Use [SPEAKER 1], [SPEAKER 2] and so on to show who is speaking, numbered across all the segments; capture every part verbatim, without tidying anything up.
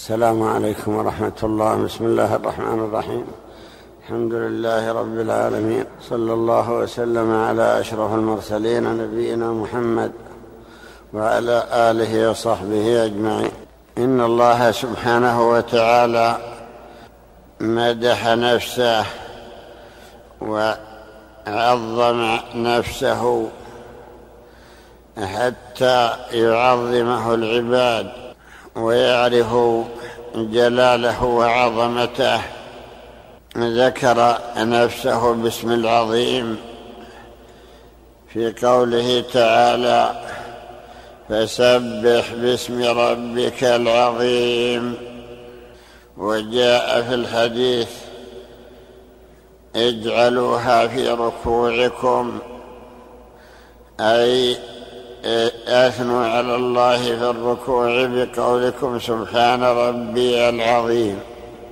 [SPEAKER 1] السلام عليكم ورحمة الله. بسم الله الرحمن الرحيم. الحمد لله رب العالمين، صلى الله وسلم على أشرف المرسلين نبينا محمد وعلى آله وصحبه أجمعين. إن الله سبحانه وتعالى مدح نفسه وعظم نفسه حتى يعظمه العباد ويعرف جلاله وعظمته. ذكر نفسه باسم العظيم في قوله تعالى: فسبح باسم ربك العظيم. وجاء في الحديث: اجعلوها في ركوعكم، أي أثنوا على الله في الركوع بقولكم سبحان ربي العظيم.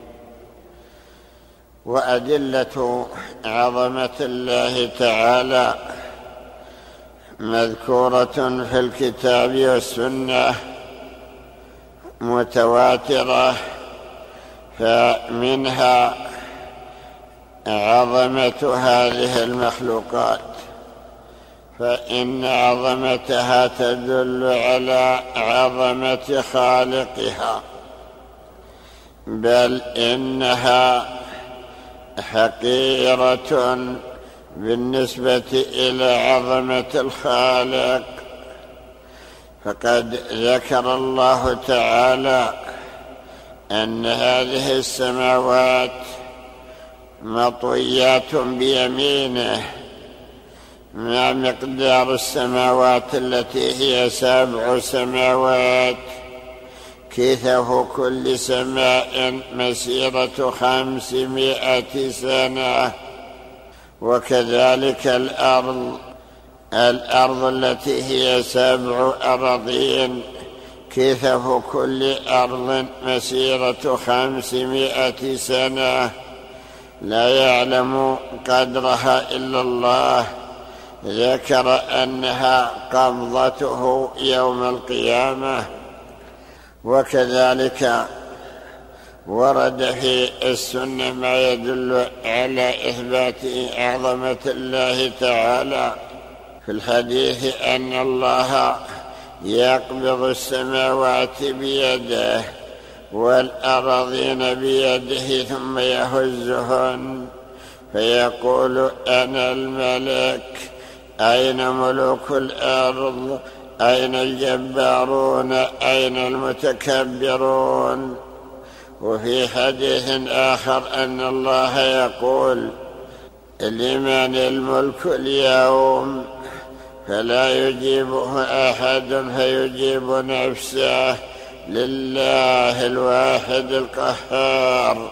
[SPEAKER 1] وأدلة عظمة الله تعالى مذكورة في الكتاب والسنة متواترة، فمنها عظمة هذه المخلوقات، فإن عظمتها تدل على عظمة خالقها، بل إنها حقيرة بالنسبة إلى عظمة الخالق. فقد ذكر الله تعالى أن هذه السماوات مطويات بيمينه، ما مقدار السماوات التي هي سبع سماوات، كثف كل سماء مسيرة خمسمائة سنة. وكذلك الأرض الأرض التي هي سبع أراضين، كثف كل أرض مسيرة خمسمائة سنة، لا يعلم قدرها إلا الله. ذكر أنها قبضته يوم القيامة. وكذلك ورد في السنة ما يدل على إثبات عظمة الله تعالى. في الحديث أن الله يقبض السماوات بيده والأراضين بيده ثم يهزهن فيقول: أنا الملك، أين ملوك الأرض؟ أين الجبارون؟ أين المتكبرون؟ وفي حديث آخر أن الله يقول: لمن الملك اليوم؟ فلا يجيبه أحد فيجيب نفسه: لله الواحد القهار.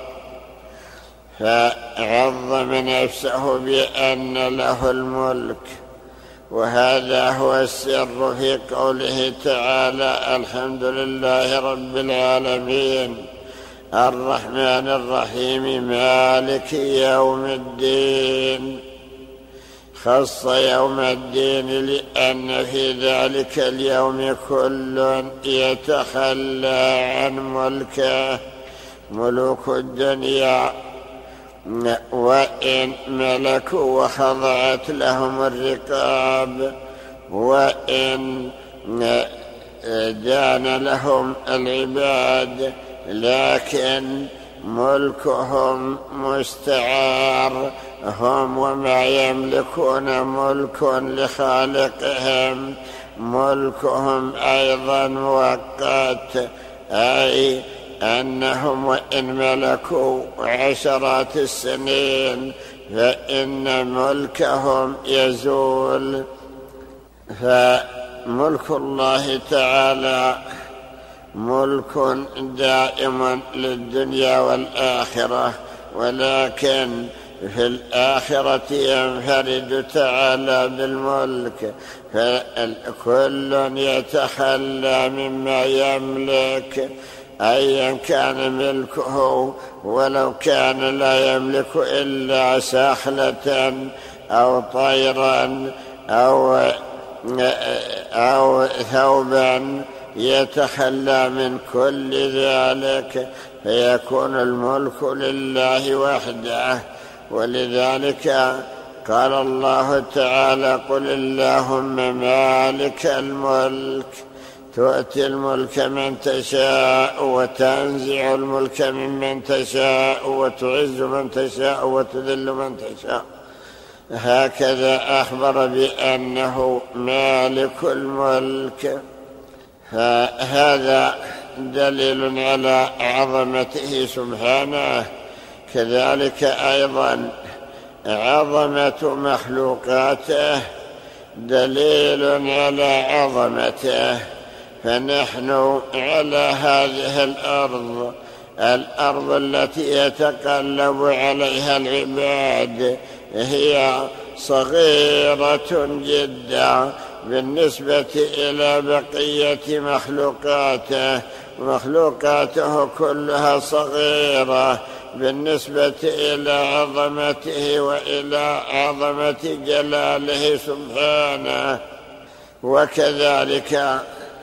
[SPEAKER 1] فعظم نفسه بأن له الملك. وهذا هو السر في قوله تعالى: الحمد لله رب العالمين الرحمن الرحيم مالك يوم الدين. خص يوم الدين لأن في ذلك اليوم كل يتخلى عن ملكه، ملوك الدنيا وإن ملكوا وخضعت لهم الرقاب، وإن دان لهم العباد، لكن ملكهم مستعار. هم وما يملكون ملك لخالقهم، ملكهم أيضا مؤقت، أي أنهم وإن ملكوا عشرات السنين فإن ملكهم يزول. فملك الله تعالى ملك دائم للدنيا والآخرة، ولكن في الآخرة ينفرد تعالى بالملك، فكل يتخلى مما يملك أيا كان ملكه، ولو كان لا يملك إلا ساخلة أو طيرا أو, أو ثوبا يتخلى من كل ذلك فيكون الملك لله وحده. ولذلك قال الله تعالى: قل اللهم مالك الملك تؤتي الملك من تشاء وتنزع الملك ممن تشاء وتعز من تشاء وتذل من تشاء. هكذا أخبر بأنه مالك الملك، فهذا دليل على عظمته سبحانه. كذلك أيضا عظمة مخلوقاته دليل على عظمته. فنحن على هذه الأرض الأرض التي يتقلب عليها العباد هي صغيرة جدا بالنسبة إلى بقية مخلوقاته، مخلوقاته كلها صغيرة بالنسبة إلى عظمته وإلى عظمة جلاله سبحانه. وكذلك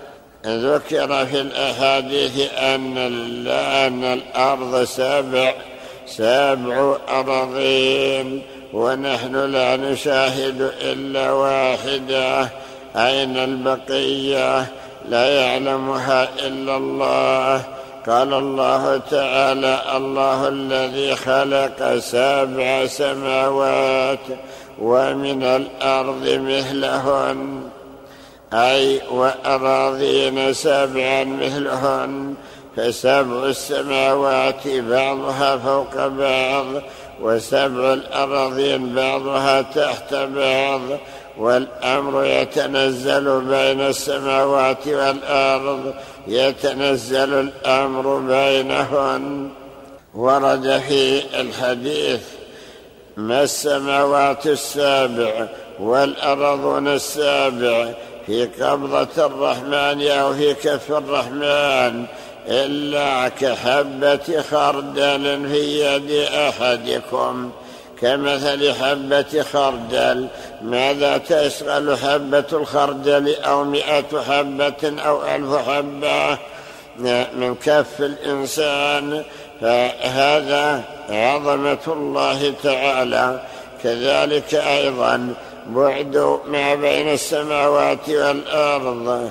[SPEAKER 1] ذكر في الأحاديث أن أن الأرض سبع سبع أراضين ونحن لا نشاهد إلا واحدة، أين البقية؟ لا يعلمها إلا الله. قال الله تعالى: الله الذي خلق سبع سماوات ومن الأرض مثلهن، أي وأراضين سبعا مثلهن، فسبع السماوات بعضها فوق بعض وسبع الأراضين بعضها تحت بعض، والأمر يتنزل بين السماوات والأرض، يتنزل الأمر بينهن. ورد في الحديث: ما السماوات السابع والأرضون السابع في قبضة الرحمن أو في كف الرحمن إلا كحبة خردل في يد أحدكم، كمثل حبة خردل. ماذا تشغل حبة الخردل أو مئة حبة أو ألف حبة من كف الإنسان؟ فهذا عظمة الله تعالى. كذلك أيضا بعد ما بين السماوات والأرض.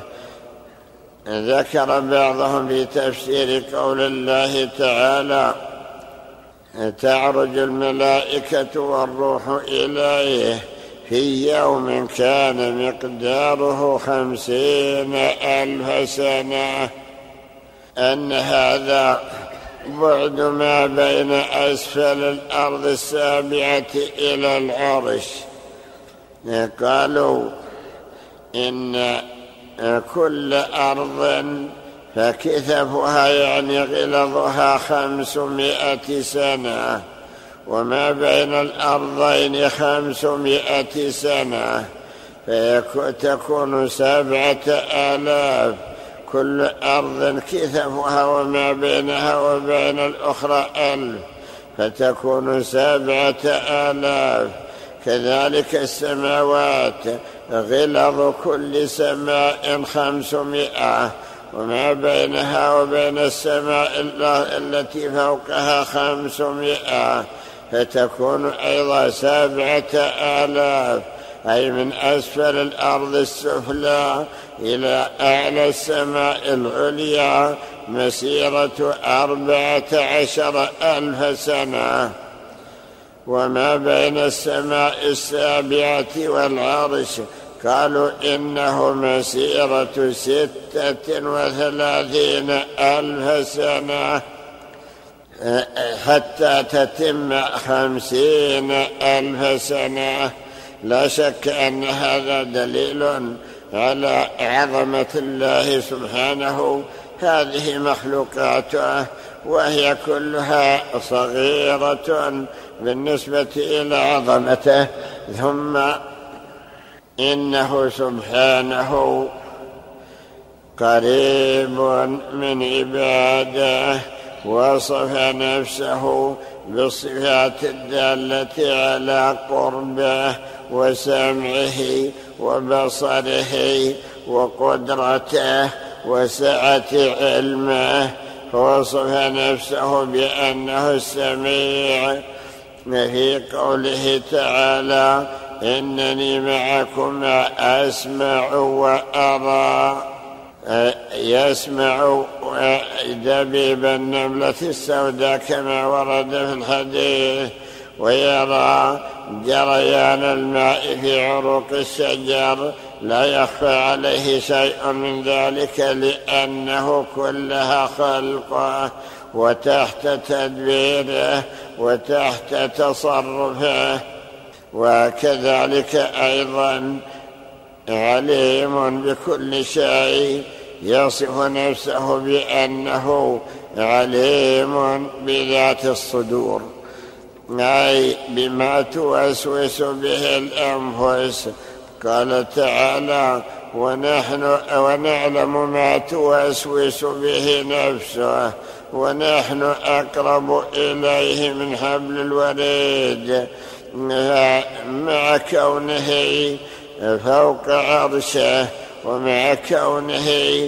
[SPEAKER 1] ذكر بعضهم في تفسير قول الله تعالى: تعرج الملائكة والروح إليه في يوم كان مقداره خمسين ألف سنة، أن هذا بعد ما بين أسفل الأرض السابعة إلى العرش. قالوا إن كل أرض فكثفها يعني غلظها خمسمائة سنة، وما بين الأرضين خمسمائة سنة، فتكون سبعة آلاف. كل أرض كثفها وما بينها وبين الأخرى ألف، فتكون سبعة آلاف. كذلك السماوات غلظ كل سماء خمسمائة، وما بينها وبين السماء التي فوقها خمسمائة، فتكون أيضا سبعة آلاف، أي من أسفل الأرض السفلى إلى أعلى السماء العليا مسيرة أربعة عشر ألف سنة. وما بين السماء السابعة والعرش قالوا إنه مسيرة ستة وثلاثين ألف سنة حتى تتم خمسين ألف سنة. لا شك أن هذا دليل على عظمة الله سبحانه. هذه مخلوقاته وهي كلها صغيرة بالنسبة إلى عظمته. ثم إنه سبحانه قريب من عباده، وصف نفسه بالصفات الدالة على قربه وسمعه وبصره وقدرته
[SPEAKER 2] وسعة علمه، فوصف نفسه بأنه السميع في قوله تعالى: إنني معكم أسمع وأرى. يسمع دبيب النملة السوداء كما ورد في الحديث، ويرى جريان الماء في عروق الشجر، لا يخفى عليه شيء من ذلك لأنه كلها خلقه وتحت تدبيره وتحت تصرفه. وكذلك أيضا عليم بكل شيء، يصف نفسه بأنه عليم بذات الصدور، أي بما توسوس به الأنفس. قال تعالى: ونحن ونعلم ما توسوس به نفسه ونحن أقرب إليه من حبل الوريد. مع كونه فوق عرشه ومع كونه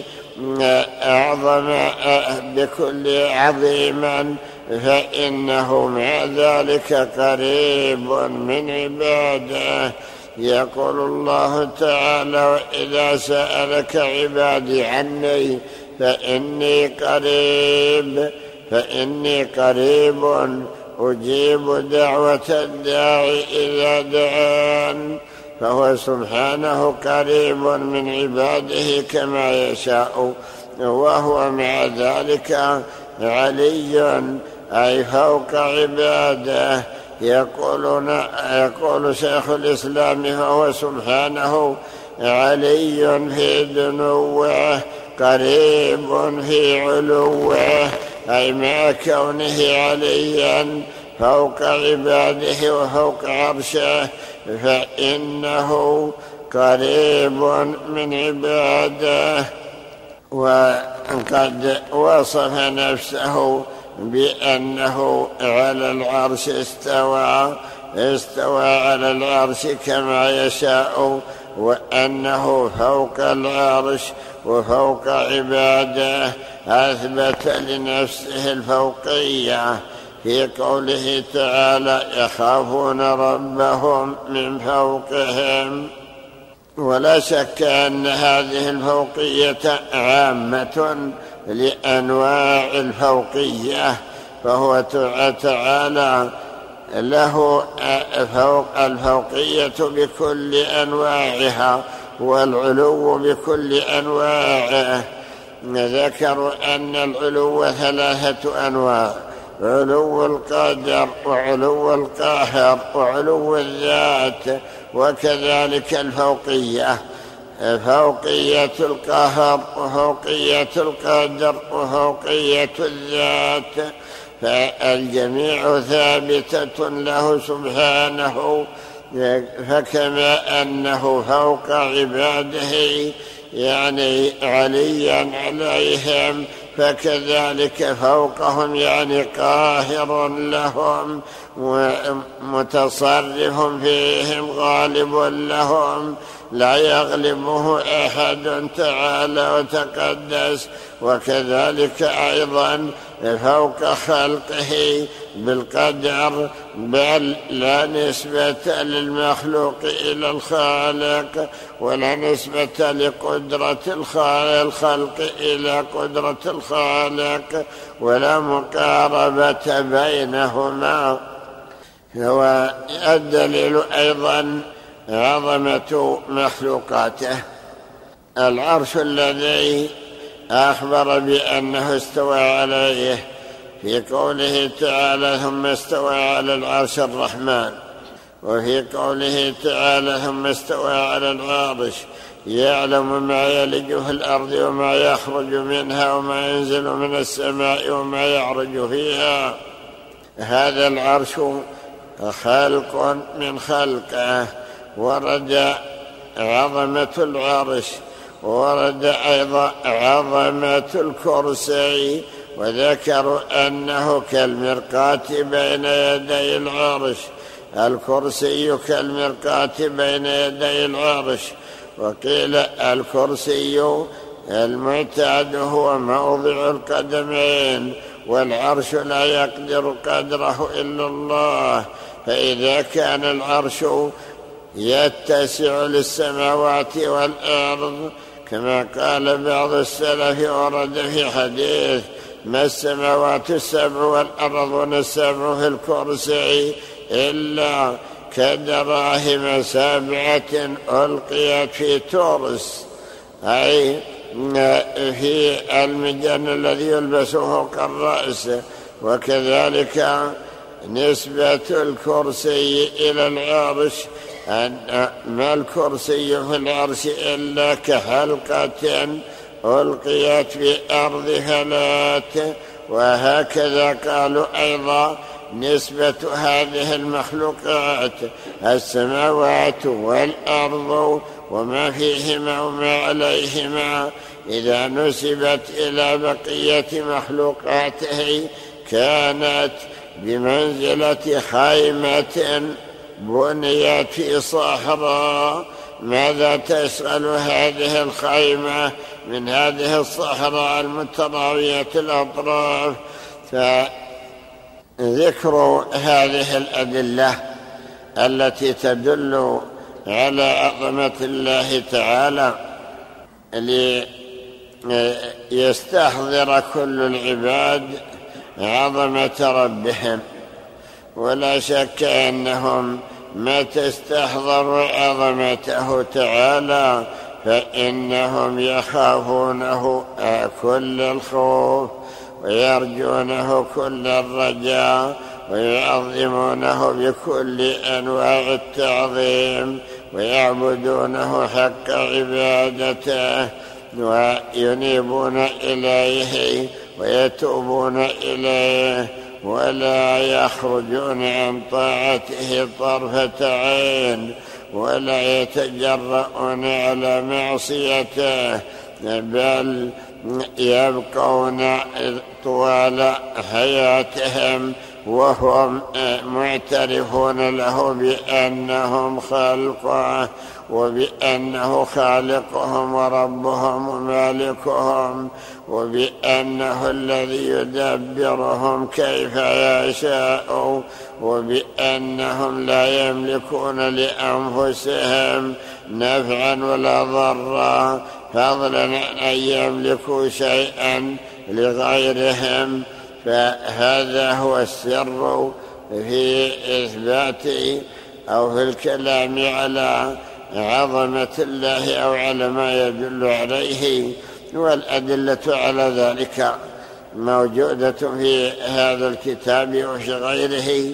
[SPEAKER 2] أعظم بكل عظيما، فإنه مع ذلك قريب من عباده. يقول الله تعالى: وإذا سألك عبادي عني فإني قريب فإني قريب أجيب دعوة الداعي إذا دعان. فهو سبحانه قريب من عباده كما يشاء، وهو مع ذلك علي، أي فوق عباده. يقولون يقول شيخ الإسلام: فهو سبحانه علي في دنوه قريب في علوه، أي مع كونه عليا فوق عباده وفوق عرشه فإنه قريب من عباده. وقد وصف نفسه بأنه على العرش استوى استوى على العرش كما يشاء، وأنه فوق العرش وفوق عباده. أثبت لنفسه الفوقية في قوله تعالى: يخافون ربهم من فوقهم. ولا شك أن هذه الفوقية عامة لأنواع الفوقية، فهو تعالى له فوق الفوقية بكل أنواعها والعلو بكل أنواعه. ذكروا أن العلو ثلاثة أنواع: علو القدر وعلو القاهر وعلو الذات. وكذلك الفوقية، فوقية القهر وفوقية القدر وفوقية الذات، فالجميع ثابتة له سبحانه. فكما أنه فوق عباده يعني عليا عليهم، فكذلك فوقهم يعني قاهر لهم ومتصرف فيهم غالب لهم، لا يغلبه أحد تعالى وتقدس. وكذلك أيضا فوق خلقه بالقدر، بل لا نسبة للمخلوق إلى الخالق، ولا نسبة لقدرة الخلق إلى قدرة الخالق، ولا مقاربة بينهما. هو الدليل أيضا عظمة مخلوقاته. العرش الذي أخبر بأنه استوى عليه في قوله تعالى: ثم استوى على العرش الرحمن. وفي قوله تعالى: ثم استوى على العرش يعلم ما يلج في الأرض وما يخرج منها وما ينزل من السماء وما يعرج فيها. هذا العرش خلق من خلقه. ورد عظمة العرش، ورد أيضا عظمة الكرسي، وذكروا أنه كالمرقاة بين يدي العرش. الكرسي كالمرقاة بين يدي العرش. وقيل الكرسي المعتاد هو موضع القدمين، والعرش لا يقدر قدره إلا الله. فإذا كان العرش يتسع للسماوات والأرض كما قال بعض السلف ورد في حديث: ما السماوات السبع والأرض السبع في الكرسي إلا كدراهم سابعة ألقيت في ترس، أي في المجن الذي يلبس فوق الرأس. وكذلك نسبة الكرسي إلى العرش، أن ما الكرسي في العرش إلا كحلقة ألقيت في أرض فلات. وهكذا قالوا أيضا نسبة هذه المخلوقات السماوات والأرض وما فيهما وما عليهما إذا نسبت إلى بقية مخلوقاته كانت بمنزلة خيمة بنيت في صحراء. ماذا تشغل هذه الخيمة من هذه الصحراء المتراوية الأطراف؟ فذكر هذه الأدلة التي تدل على عظمة الله تعالى ليستحضر كل العباد عظمة ربهم. ولا شك أنهم ما تستحضر عظمته تعالى فإنهم يخافونه كل الخوف ويرجونه كل الرجاء ويعظمونه بكل أنواع التعظيم ويعبدونه حق عبادته وينيبون إليه ويتوبون إليه ولا يخرجون عن طاعته طرفة عين ولا يتجرؤون على معصيته، بل يبقون طوال حياتهم وهم معترفون له بأنهم خلقه وبأنه خالقهم وربهم ومالكهم وبأنه الذي يدبرهم كيف يشاء وبأنهم لا يملكون لأنفسهم نفعا ولا ضرا فضلا أن يملكوا شيئا لغيرهم. فهذا هو السر في إثبات أو في الكلام على عظمة الله أو على ما يدل عليه، والأدلة على ذلك موجودة في هذا الكتاب وفي غيره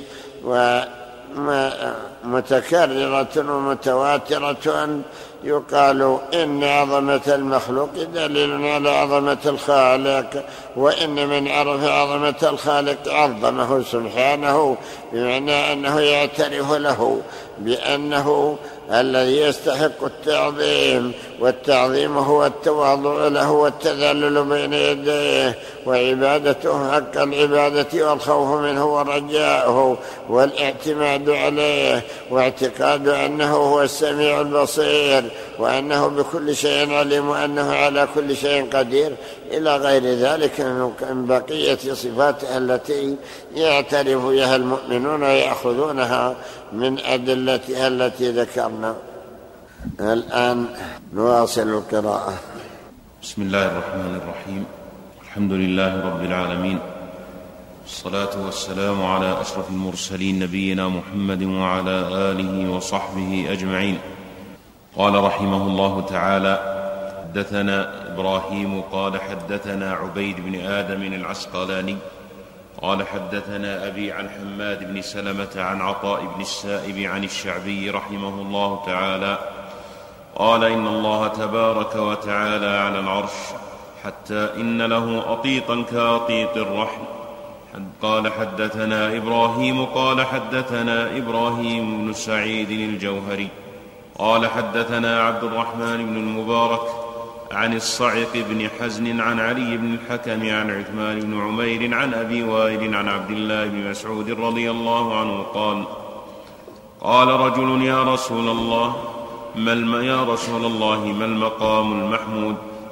[SPEAKER 2] ومتكررة ومتواترة. يقال إن عظمة المخلوق دليل على عظمة الخالق، وإن من عرف عظمة الخالق عظمه سبحانه، بمعنى أنه يعترف له بأنه الذي يستحق التعظيم، والتعظيم هو التواضع له والتذلل بين يديه وعبادته حق العبادة والخوف منه ورجاؤه والاعتماد عليه واعتقاد أنه هو السميع البصير وأنه بكل شيء عليم وأنه على كل شيء قدير إلى غير ذلك من بقية صفاته التي يعترف بها المؤمنون ويأخذونها من أدلتها التي ذكرنا. الآن نواصل القراءة.
[SPEAKER 3] بسم الله الرحمن الرحيم. الحمد لله رب العالمين، والصلاة والسلام على أشرف المرسلين نبينا محمد وعلى آله وصحبه أجمعين. قال رحمه الله تعالى: حدثنا إبراهيم قال حدثنا عبيد بن آدم العسقلاني قال حدثنا أبي عن حماد بن سلمة عن عطاء بن السائب عن الشعبي رحمه الله تعالى قال: إن الله تبارك وتعالى على العرش حتى إن له أطيطا كأطيط الرحل. قال حدثنا إبراهيم قال حدثنا إبراهيم بن سعيد الجوهري قال حدثنا عبد الرحمن بن المبارك عن الصعق بن حزن عن علي بن الحكم عن عثمان بن عمير عن أبي وائل عن عبد الله بن مسعود رضي الله عنه قال: قال رجل: يا رسول الله ما الم... يا رسول الله ما المقام المحمود؟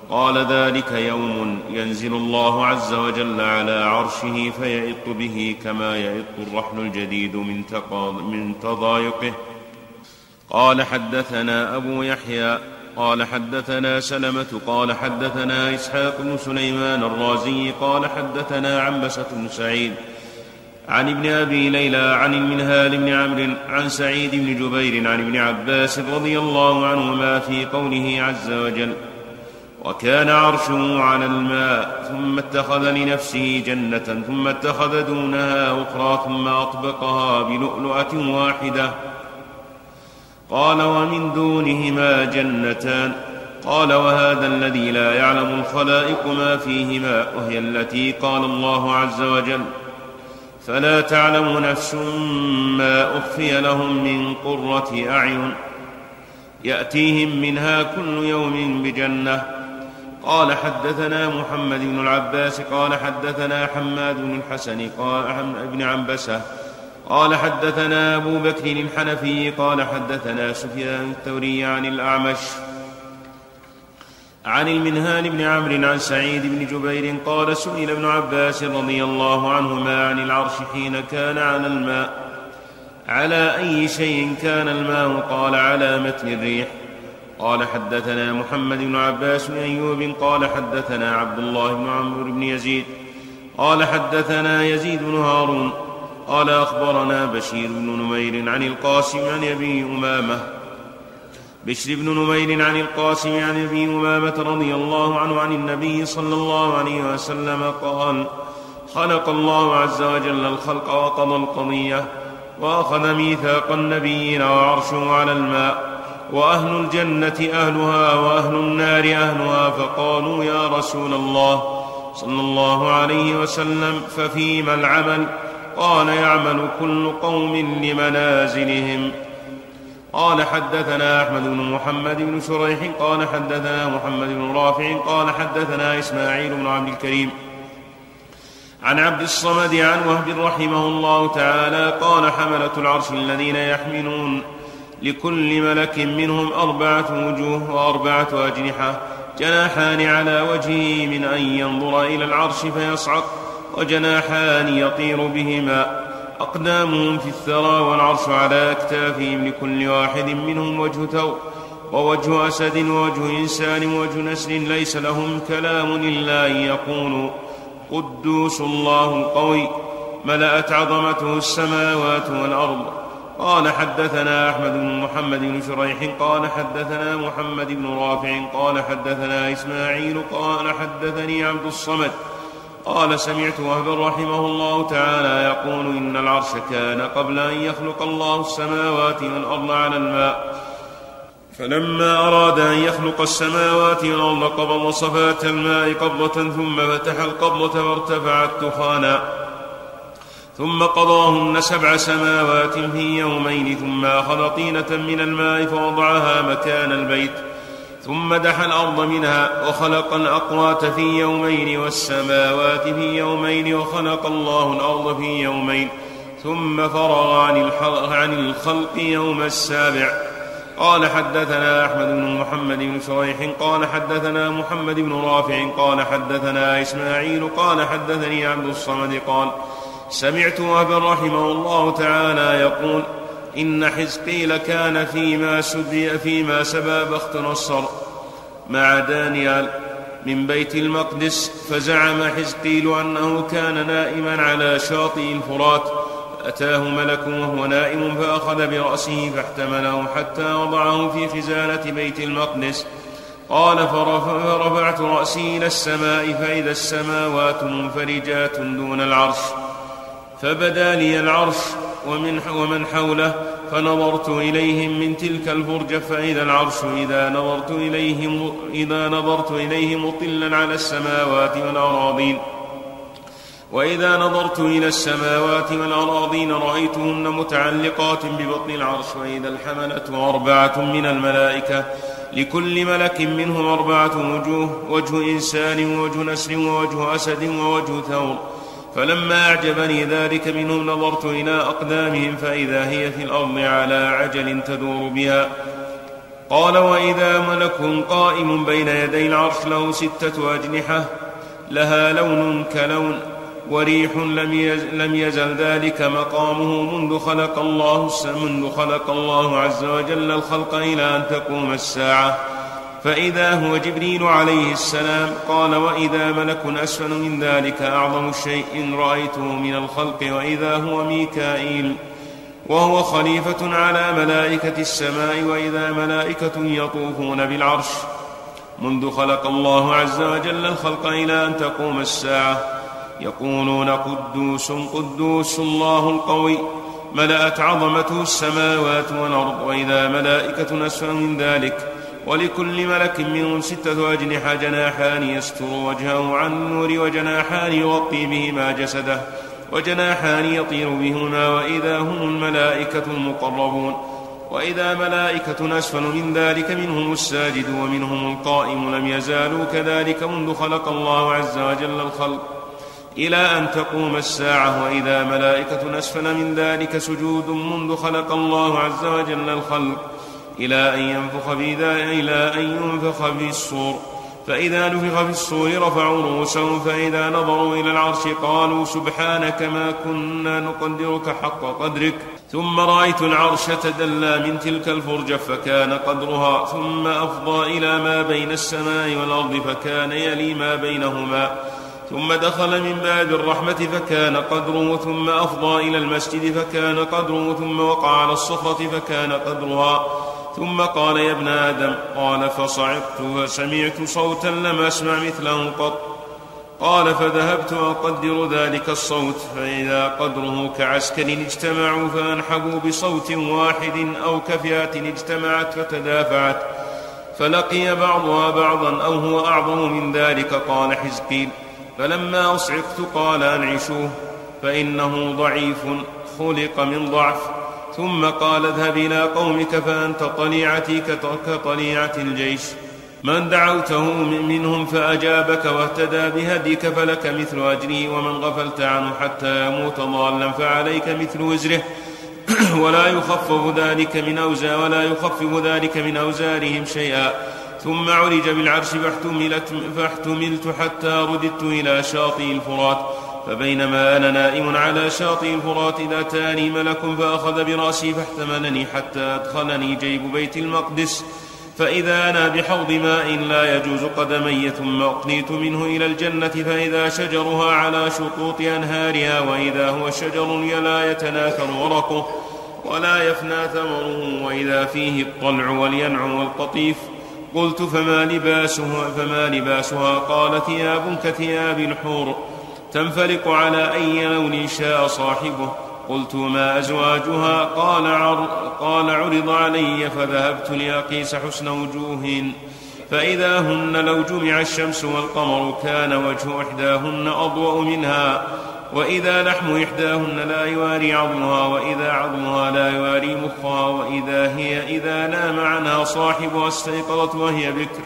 [SPEAKER 3] قال ذلك يوم ينزل الله عز وجل على عرشه فيئط به كما يئط الرحل الجديد من تضايقه. قال حدثنا أبو يحيى قال حدثنا سلمة قال حدثنا إسحاق بن سليمان الرازي قال حدثنا عنبسة بن سعيد عن ابن أبي ليلى عن المنهال بن عمرو عن سعيد بن جبير عن ابن عباس رضي الله عنهما في قوله عز وجل: وكان عرشه على الماء ثم اتخذ لنفسه جنة ثم اتخذ دونها أخرى ثم أطبقها بلؤلؤة واحدة. قال: ومن دونهما جنتان. قال: وهذا الذي لا يعلم الخلائق ما فيهما، وهي التي قال الله عز وجل: فلا تعلم نفس ما أخفي لهم من قرة أعين يأتيهم منها كل يوم بجنة. قال: حدثنا محمد بن العباس قال حدثنا حماد بن الحسن قال ابن عنبسة قال حدثنا أبو بكر الحنفي قال حدثنا سفيان الثوري عن الأعمش عن المنهال بن عمرو عن سعيد بن جبير قال: سئل ابن عباس رضي الله عنهما عن العرش حين كان على الماء: على أي شيء كان الماء؟ قال: على متن الريح. قال: حدثنا محمد بن عباس بن أيوب قال حدثنا عبد الله بن عمرو بن يزيد قال حدثنا يزيد بن هارون قال: أخبرنا بشير بن نمير عن القاسم عن أبي أمامة بشر بن نمير عن القاسم عن أبي أمامة رضي الله عنه عن النبي صلى الله عليه وسلم قال: خلق الله عز وجل الخلق وقضى القضية وأخذ ميثاق النبيين وعرشه على الماء، وأهل الجنة أهلها وأهل النار أهلها. فقالوا: يا رسول الله صلى الله عليه وسلم ففيما العمل؟ قال: يعمل كل قوم لمنازلهم. قال: حدثنا أحمد بن محمد بن شريح قال حدثنا محمد بن رافع قال حدثنا إسماعيل بن عبد الكريم عن عبد الصمد عن وهب رحمه الله تعالى قال: حملة العرش الذين يحملون لكل ملك منهم أربعة وجوه وأربعة أجنحة، جناحان على وجهه من أن ينظر إلى العرش فيصعق، وجناحان يطير بهما، أقدامهم في الثرى والعرش على أكتافهم، لكل واحد منهم وجه ثور ووجه أسد ووجه إنسان ووجه نسر، ليس لهم كلام إلا أن يقولوا قدوس الله القوي، ملأت عظمته السماوات والأرض. قال: حدثنا أحمد بن محمد بن شريح قال حدثنا محمد بن رافع قال حدثنا إسماعيل قال حدثني عبد الصمد قال: سمعت وهبا رحمه الله تعالى يقول: إن العرش كان قبل أن يخلق الله السماوات والأرض على الماء، فلما أراد أن يخلق السماوات والأرض قبض صفات الماء قبضة ثم فتح القبضة فارتفعت دخانا، ثم قضاهن سبع سماوات في يومين، ثم أخذ طينة من الماء فوضعها مكان البيت، ثم دحى الأرض منها، وخلق الأقوات في يومين والسماوات في يومين، وخلق الله الأرض في يومين، ثم فرغ عن الخلق يوم السابع. قال: حدثنا أحمد بن محمد بن شريح قال حدثنا محمد بن رافع قال حدثنا إسماعيل قال حدثني عبد الصمد قال: سمعت وهبا رحمه الله تعالى يقول: إن حزقيل كان فيما سبي فيما سبى بخت نصر مع دانيال من بيت المقدس، فزعم حزقيل أنه كان نائما على شاطئ الفرات، أتاه ملك وهو نائم فأخذ برأسه فاحتمله حتى وضعه في خزانة بيت المقدس. قال: فرفعت رأسي إلى السماء فإذا السماوات منفرجات دون العرش، فبدا لي العرش ومن, ومن حوله، فنظرت إليهم من تلك الفرجة فإذا العرش إذا نظرت إليه, إذا نظرت إليه مطلا على السماوات والأراضين، وإذا نظرت إلى السماوات والأراضين رأيتهن متعلقات ببطن العرش، وإذا الحملة أربعة من الملائكة لكل ملك منهم أربعة وجوه، وجه إنسان ووجه نسر ووجه أسد ووجه ثور. فلما أعجبني ذلك منهم نظرت إلى أقدامهم فإذا هي في الأرض على عجل تدور بها. قال وإذا ملك قائم بين يدي العرش له ستة أجنحة لها لون كلون وريح لم يزل ذلك مقامه منذ خلق الله منذ خلق الله عز وجل الخلق إلى أن تقوم الساعة، فإذا هو جبريل عليه السلام. قال وإذا ملك أسفل من ذلك أعظم شيء رأيته من الخلق وإذا هو ميكائيل وهو خليفة على ملائكة السماء، وإذا ملائكة يطوفون بالعرش منذ خلق الله عز وجل الخلق إلى أن تقوم الساعة يقولون قدوس قدوس الله القوي ملأت عظمته السماوات والأرض. وإذا ملائكة أسفل من ذلك ولكل ملك منهم ستة أجنحة جناحان يستر وجهه عن النور وجناحان يغطي بهما جسده وجناحان يطير بهما، وإذا هم الملائكة المقربون. وإذا ملائكة أسفل من ذلك منهم الساجد ومنهم القائم لم يزالوا كذلك منذ خلق الله عز وجل الخلق إلى أن تقوم الساعة. وإذا ملائكة أسفل من ذلك سجود منذ خلق الله عز وجل الخلق إلى أن ينفخ إلى أن ينفخ في الصور، فإذا نفخ في الصور رفعوا رؤوسهم فإذا نظروا إلى العرش قالوا سبحانك ما كنا نقدرك حق قدرك. ثم رأيت العرش تدلى من تلك الفرجة فكان قدرها، ثم أفضى إلى ما بين السماء والأرض فكان يلي ما بينهما، ثم دخل من باب الرحمة فكان قدره، ثم أفضى إلى المسجد فكان قدره، ثم وقع على الصخرة فكان قدرها. ثم قال يا ابن آدم، قال فصعقت فسمعت صوتا لم أسمع مثله قط. قال فذهبت أقدر ذلك الصوت فإذا قدره كعسكر اجتمعوا فأنحبوا بصوت واحد أو كفئة اجتمعت فتدافعت فلقي بعضها بعضا أو هو أعظم من ذلك. قال حزقيل فلما أصعقت قال أنعشوه فإنه ضعيف خلق من ضعف. ثم قال اذهب إلى قومك فأنت طليعتي كطليعة الجيش، من دعوته منهم فأجابك واهتدى بهديك فلك مثل أجره، ومن غفلت عنه حتى يموت ضالا فعليك مثل وزره ولا يخفف ذلك من أوزار ولا يخفف ذلك من أوزارهم شيئا. ثم عرج بالعرش فاحتملت, فاحتملت حتى رددت إلى شاطئ الفرات، فبينما أنا نائم على شاطئ الفرات إذا أتاني ملك فأخذ برأسي فاحتملني حتى أدخلني جيب بيت المقدس، فإذا أنا بحوض ماء لا يجوز قدمي، ثم أقنيت منه إلى الجنة فإذا شجرها على شطوط أنهارها، وإذا هو شجر لا يتناثر ورقه ولا يفنى ثمره، وإذا فيه الطلع والينع والقطيف. قلت فما لباسها, فما لباسها؟ قال ثياب كثياب الحور تنفلق على أي لون شاء صاحبه. قلت ما أزواجها؟ قال, عر قال عرض علي فذهبت لأقيس حسن وجوههن، فإذا هن لو جمع الشمس والقمر كان وجه إحداهن أضوأ منها، وإذا لحم إحداهن لا يواري عظمها، وإذا عظمها لا يواري مخها، وإذا هي إذا نام عنها صاحبها استيقظت وهي بكر.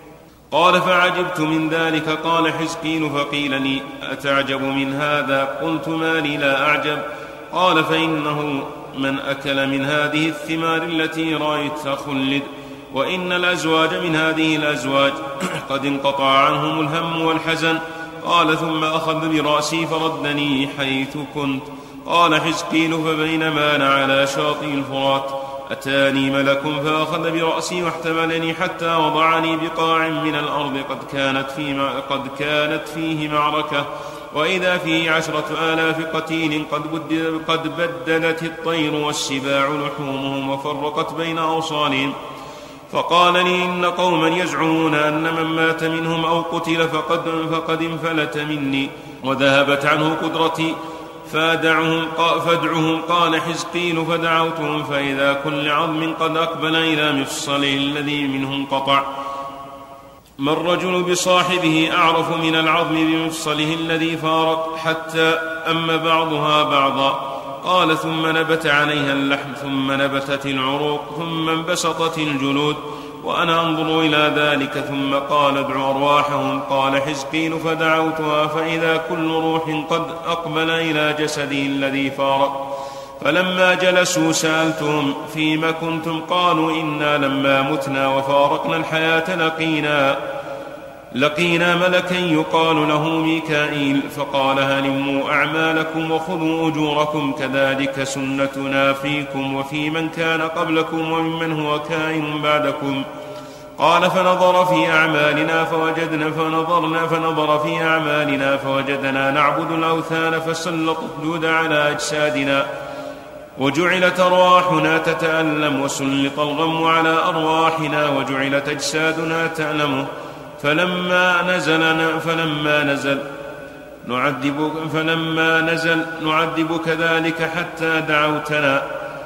[SPEAKER 3] قال فعجبت من ذلك. قال حزقيل فقيل لي أتعجب من هذا؟ قلت ما لي لا أعجب. قال فإنه من أكل من هذه الثمار التي رأيت خلد، وإن الأزواج من هذه الأزواج قد انقطع عنهم الهم والحزن. قال ثم أخذ برأسي فردني حيث كنت. قال حزقيل فبينما أنا على شاطئ الفرات أتاني ملك فأخذ برأسي واحتملني حتى وضعني بقاع من الأرض قد كانت, في قد كانت فيه معركة، وإذا فيه عشرة آلاف قتيل قد, قد بدلت الطير والسباع لحومهم وفرقت بين أوصالهم. فقال لي إن قوما يزعمون أن من مات منهم أو قتل فقد, فقد انفلت مني وذهبت عنه قدرتي فادعهم, فادعهم. قال حزقيل فدعوتهم فإذا كل عظم قد أقبل إلى مفصله الذي منه انقطع. ما الرجل بصاحبه أعرف من العظم بمفصله الذي فارق حتى أم بعضها بعضا. قال ثم نبت عليها اللحم ثم نبتت العروق ثم انبسطت الجلود وأنا أنظر إلى ذلك. ثم قال ادعوا أرواحهم. قال حزقيل فدعوتها فإذا كل روح قد أقبل إلى جسده الذي فارق، فلما جلسوا سألتهم فيما كنتم؟ قالوا إنا لما متنا وفارقنا الحياة لقينا لقينا ملكا يقال له ميكائيل، فقال هلموا أعمالكم وخذوا أجوركم، كذلك سنتنا فيكم وفي من كان قبلكم وممن هو كائن بعدكم. قال فنظر في أعمالنا فوجدنا فنظرنا فنظر في أعمالنا فوجدنا نعبد الأوثان فسلط الجود على أجسادنا وجعلت أرواحنا تتألم وسلط الغم على أرواحنا وجعلت أجسادنا تألم. فلما نزل فلما نزل نعذب فلما نزل نعذب كذلك حتى دعوتنا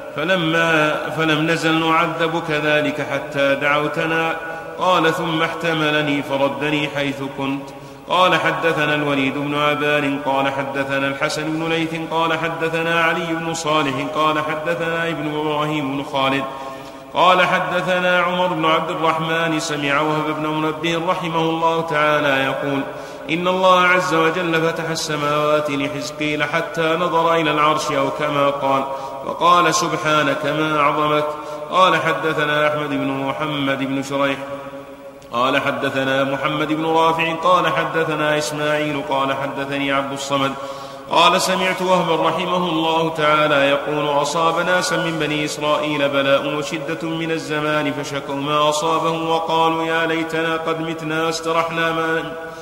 [SPEAKER 3] فلما فلم نزل نعذب كذلك حتى دعوتنا. قال ثم احتملني فردني حيث كنت. قال حدثنا الوليد بن عبان قال حدثنا الحسن بن ليث قال حدثنا علي بن صالح قال حدثنا ابن إبراهيم بن خالد قال حدثنا عمر بن عبد الرحمن سمع وهب بن منبه رحمه الله تعالى يقول إن الله عز وجل فتح السماوات لحزقيل حتى نظر إلى العرش أو كما قال، فقال سبحانك ما أعظمك. قال حدثنا أحمد بن محمد بن شريح قال حدثنا محمد بن رافع قال حدثنا إسماعيل قال حدثني عبد الصمد قال سمعت وهبا رحمه الله تعالى يقول أصاب ناسا من بني إسرائيل بلاء وشدة من الزمان فشكوا ما أصابهم وقالوا يا ليتنا قد متنا واسترحنا, ما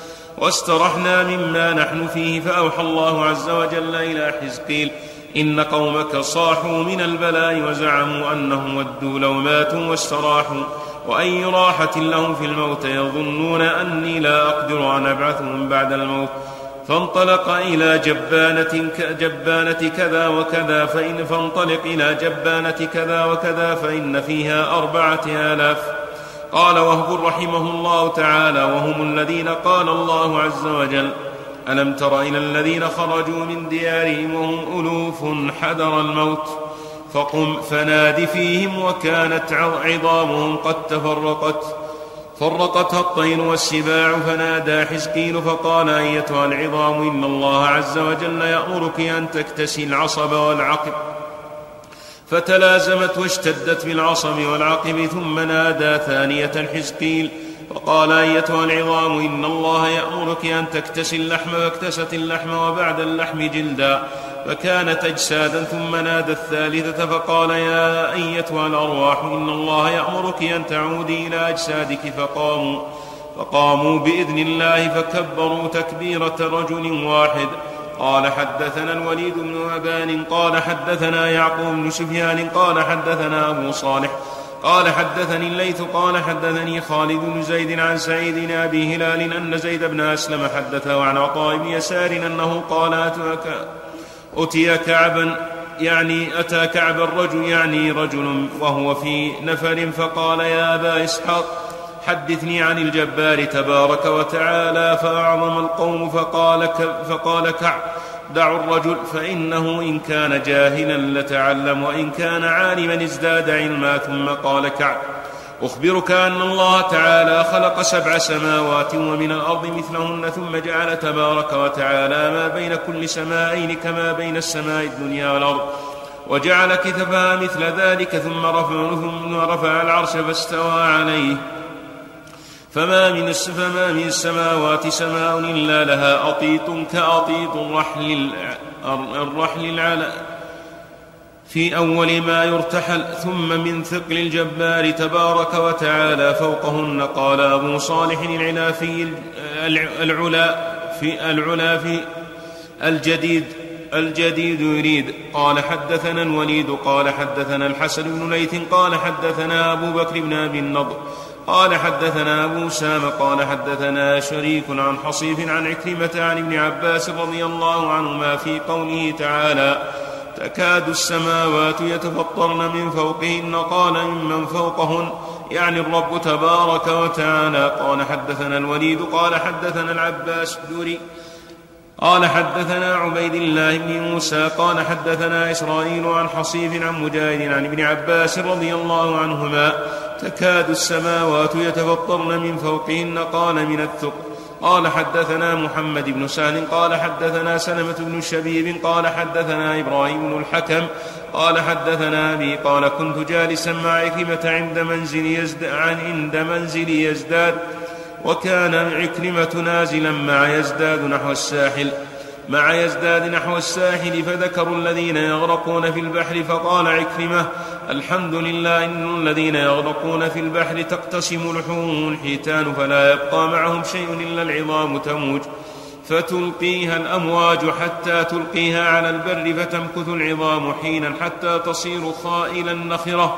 [SPEAKER 3] واسترحنا مما نحن فيه. فأوحى الله عز وجل إلى حزقيل إن قومك صاحوا من البلاء وزعموا أنهم ودوا لو ماتوا واستراحوا وأي راحة لهم في الموت يظنون أني لا أقدر أن أبعثهم بعد الموت. فانطلق إلى جبانة, جبانة كذا وكذا فإن فانطلق إلى جبانة كذا وكذا فإن فيها أربعة آلاف. قال وهب رحمه الله تعالى وهم الذين قال الله عز وجل ألم تر إلى الذين خرجوا من ديارهم وهم ألوف حذر الموت فقم فناد فيهم وكانت عظامهم قد تفرقت فرقتها الطير والسباع. فنادى حزقيل فقال أيتها العظام إن الله عز وجل يأمرك أن تكتسي العصب والعقب. فتلازمت واشتدت بالعصب والعقب. ثم نادى ثانية حزقيل فقال أيتها العظام إن الله يأمرك أن تكتسي اللحم. فاكتست اللحم وبعد اللحم جلدا فكانت أجسادا. ثم نادى الثالثة فقال يا أيتها الأرواح إن الله يأمرك أن تعودي إلى أجسادك. فقاموا فقاموا بإذن الله فكبروا تكبيرة رجل واحد. قال حدثنا الوليد بن أبان قال حدثنا يعقوب بن سفيان قال حدثنا أبو صالح قال حدثني الليث قال حدثني خالد بن زيد عن سعيد بن أبي هلال أن زيد بن أسلم حدثه عن عطاء بن يسار أنه قال أتاك أتي كعبا يعني أتى كعب الرجل يعني رجل وهو في نفر فقال يا أبا إسحاق حدثني عن الجبار تبارك وتعالى. فأعظم القوم فقال, فقال كعب دعوا الرجل فإنه إن كان جاهلا لتعلم وإن كان عالما ازداد علما. ثم قال كعب أخبرك أن الله تعالى خلق سبع سماوات ومن الأرض مثلهن ثم جعل تبارك وتعالى ما بين كل سمائين كما بين السماء الدنيا والأرض وجعل كتفها مثل ذلك ثم رفع, ثم رفع العرش فاستوى عليه. فما من, فما من السماوات سماء إلا لها أطيط كأطيط الرحل, الرحل العلى في أول ما يرتحل. ثم من ثقل الجبار تبارك وتعالى فوقهن. قال أبو صالح العلا في العلا في العلا في الجديد الجديد يريد. قال حدثنا الوليد قال حدثنا الحسن بن ليث قال حدثنا أبو بكر بن أبي النضر قال حدثنا أبو سامة قال حدثنا شريك عن حصيف عن عكرمة عن ابن عباس رضي الله عنهما في قوله تعالى تكاد السماوات يتفطرن من فوقهن. قال ممن فوقهن يعني الرب تبارك وتعالى. قال حدثنا الوليد قال حدثنا العباس الدوري قال حدثنا عبيد الله بن موسى قال حدثنا إسرائيل عن حصيف عن مجاهد عن ابن عباس رضي الله عنهما تكاد السماوات يتفطرن من فوقهن. قال من الثقل قال حدثنا محمد بن سهل قال حدثنا سلمة بن شبيب قال حدثنا إبراهيم بن الحكم قال حدثنا أبي قال كنت جالسا مع عكرمة عند منزل يزداد, عند منزل يزداد وكان عكرمة نازلا مع يزداد نحو الساحل مع يزداد نحو الساحل فذكروا الذين يغرقون في البحر فقال عكرمة الحمد لله إن الذين يغرقون في البحر تقتسم لحوم الحيتان فلا يبقى معهم شيء إلا العظام تموج فتلقيها الأمواج حتى تلقيها على البر فتمكث العظام حينا حتى تصير خائلا نخرة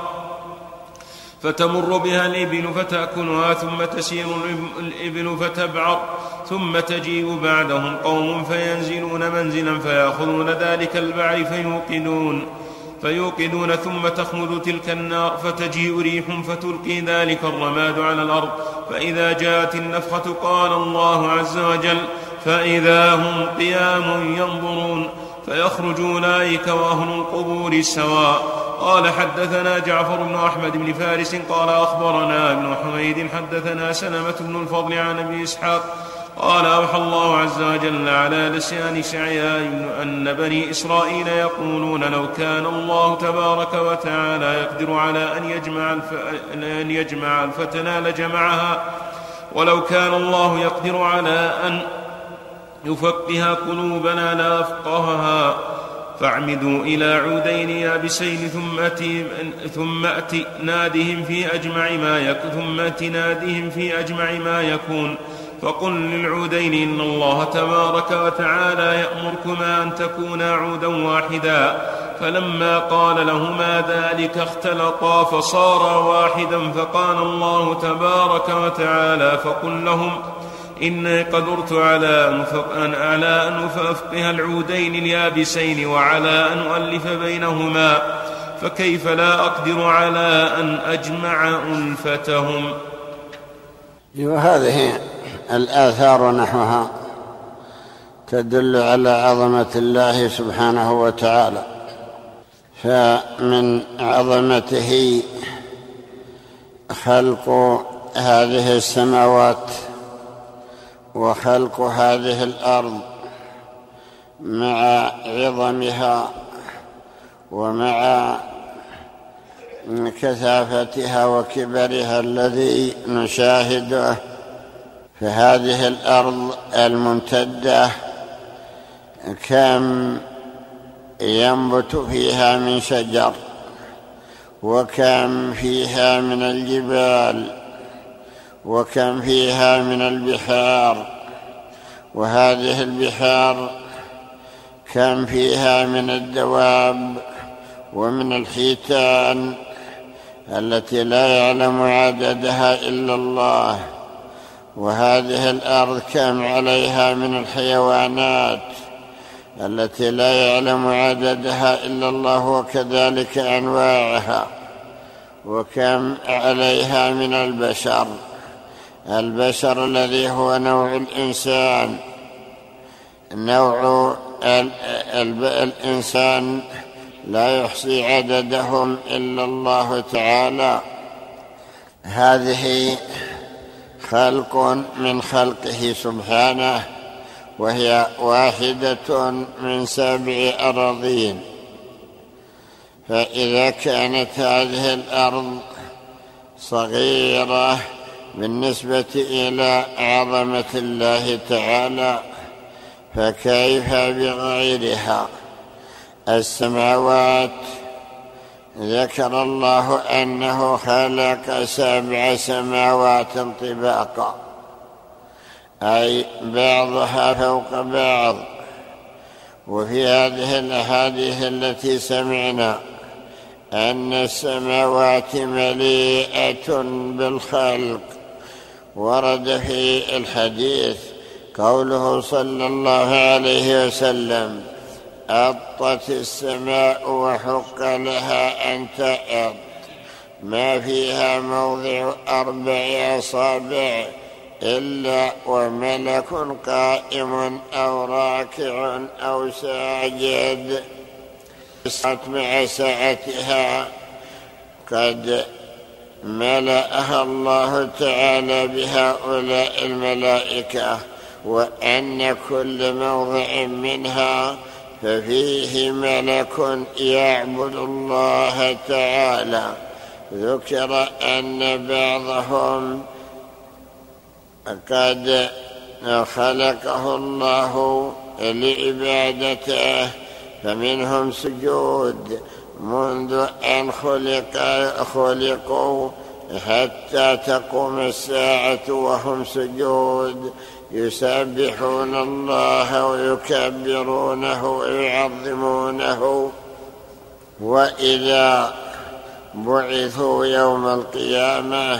[SPEAKER 3] فتمر بها الإبل فتأكلها ثم تسير الإبل فتبعر ثم تجيء بعدهم قوم فينزلون منزلا فيأخذون ذلك البعر فيوقدون فيوقدون ثم تخمد تلك النار فتجيء ريح فتلقي ذلك الرماد على الأرض فإذا جاءت النفخة قال الله عز وجل فإذا هم قيام ينظرون فيخرج أولئك وأهل القبور سواء. قال حدثنا جعفر بن أحمد بن فارس قال أخبرنا ابن حميد حدثنا سلمة بن الفضل عن أبي إسحاق قال أوحى الله عز وجل على لسان شعياء أن بني إسرائيل يقولون لو كان الله تبارك وتعالى يقدر على أن يجمع, الف... أن يجمع الفتنة لجمعها ولو كان الله يقدر على أن يفقه قلوبنا لأفقهها فاعمدوا إلى عودين يابسين ثم أتي ثم أتي نادهم في أجمع ما يكون ثم أتي نادهم في أجمع ما يكون فقل للعودين إن الله تبارك وتعالى يأمركما أن تكونا عودا واحدا فلما قال لهما ذلك اختلطا فصارا واحدا فقال الله تبارك وتعالى فقل لهم إني قدرت على أن أفقه العودين اليابسين وعلى أن أؤلف بينهما فكيف لا أقدر على أن أجمع ألفتهم.
[SPEAKER 1] وهذه الآثار نحوها تدل على عظمة الله سبحانه وتعالى فمن عظمته خلق هذه السماوات وخلق هذه الأرض مع عظمها ومع كثافتها وكبرها الذي نشاهده فهذه الأرض الممتدة كم ينبت فيها من شجر وكم فيها من الجبال وكم فيها من البحار وهذه البحار كم فيها من الدواب ومن الحيتان التي لا يعلم عددها إلا الله وهذه الأرض كم عليها من الحيوانات التي لا يعلم عددها إلا الله وكذلك أنواعها وكم عليها من البشر البشر الذي هو نوع الإنسان نوع الإنسان لا يحصي عددهم إلا الله تعالى هذه خلق من خلقه سبحانه وهي واحدة من سبع أراضين فإذا كانت هذه الأرض صغيرة بالنسبة إلى عظمة الله تعالى فكيف بغيرها. السماوات ذكر الله أنه خلق سبع سماوات طباقا أي بعضها فوق بعض وفي هذه الأحاديث التي سمعنا أن السماوات مليئة بالخلق ورد في الحديث قوله صلى الله عليه وسلم أطت السماء وحق لها أن تأط ما فيها موضع أربع أصابع إلا وملك قائم أو راكع أو ساجد مع ساعتها قد ملأها الله تعالى بهؤلاء الملائكة
[SPEAKER 2] وأن كل موضع منها ففيه ملك يعبد الله تعالى. ذكر أن بعضهم قد خلقه الله لعبادته، فمنهم سجود منذ أن خلق خلقوا حتى تقوم الساعة وهم سجود يسبحون الله ويكبرونه ويعظمونه. وإذا بعثوا يوم القيامة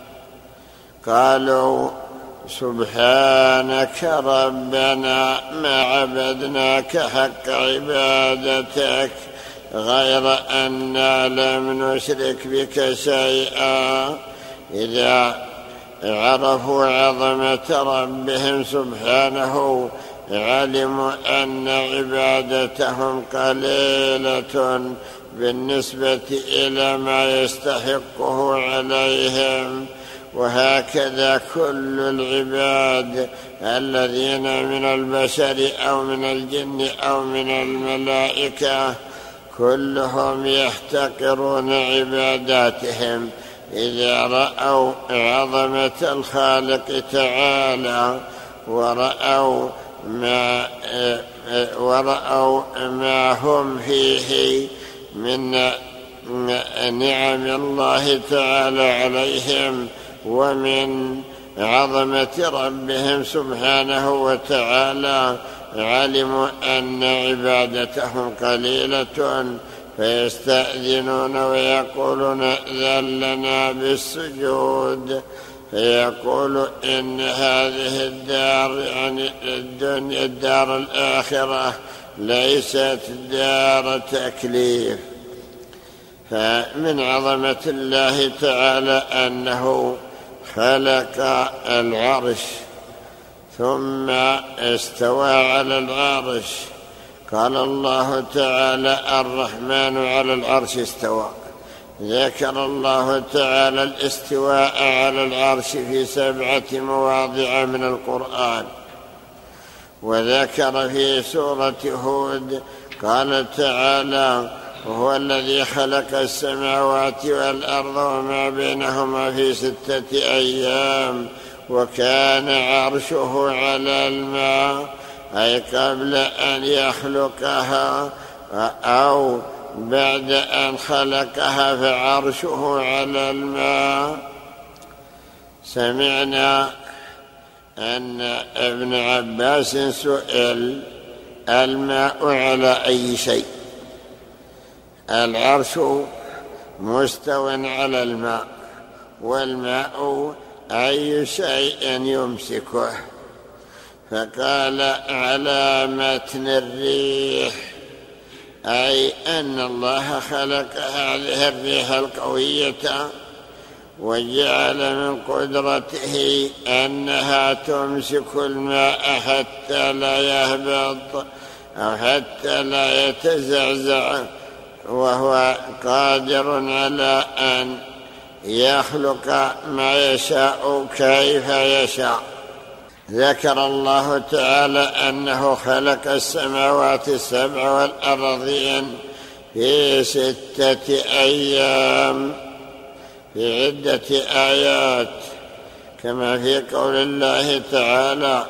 [SPEAKER 2] قالوا سبحانك ربنا ما عبدناك حق عبادتك غير أننا لم نشرك بك شيئا. إذا عرفوا عظمة ربهم سبحانه علموا أن عبادتهم قليلة بالنسبة إلى ما يستحقه عليهم. وهكذا كل العباد الذين من البشر أو من الجن أو من الملائكة كلهم يحتقرون عباداتهم إذا رأوا عظمة الخالق تعالى ورأوا ما, ورأوا ما هم فيه من نعم الله تعالى عليهم ومن عظمة ربهم سبحانه وتعالى علموا أن عبادتهم قليلة، فيستأذنون ويقولون ائذن لنا بالسجود، فيقول إن هذه الدار يعني الدنيا الدار الآخرة ليست دار تكليف. فمن عظمة الله تعالى أنه خلق العرش ثم استوى على العرش. قال الله تعالى الرحمن على العرش استوى. ذكر الله تعالى الاستواء على العرش في سبعة مواضع من القرآن. وذكر في سورة هود قال تعالى وهو الذي خلق السماوات والأرض وما بينهما في ستة أيام وكان عرشه على الماء، أي قبل أن يخلقها أو بعد أن خلقها فعرشه على الماء. سمعنا أن ابن عباس سئل الماء على أي شيء؟ العرش مستو على الماء، والماء أي شيء يمسكه، فقال على متن الريح، أي أن الله خلق هذه الريح القوية وجعل من قدرته أنها تمسك الماء حتى لا يهبط أو حتى لا يتزعزع، وهو قادر على أن يخلق ما يشاء كيف يشاء. ذكر الله تعالى أنه خلق السماوات السبع والأرضين في ستة أيام في عدة آيات، كما في قول الله تعالى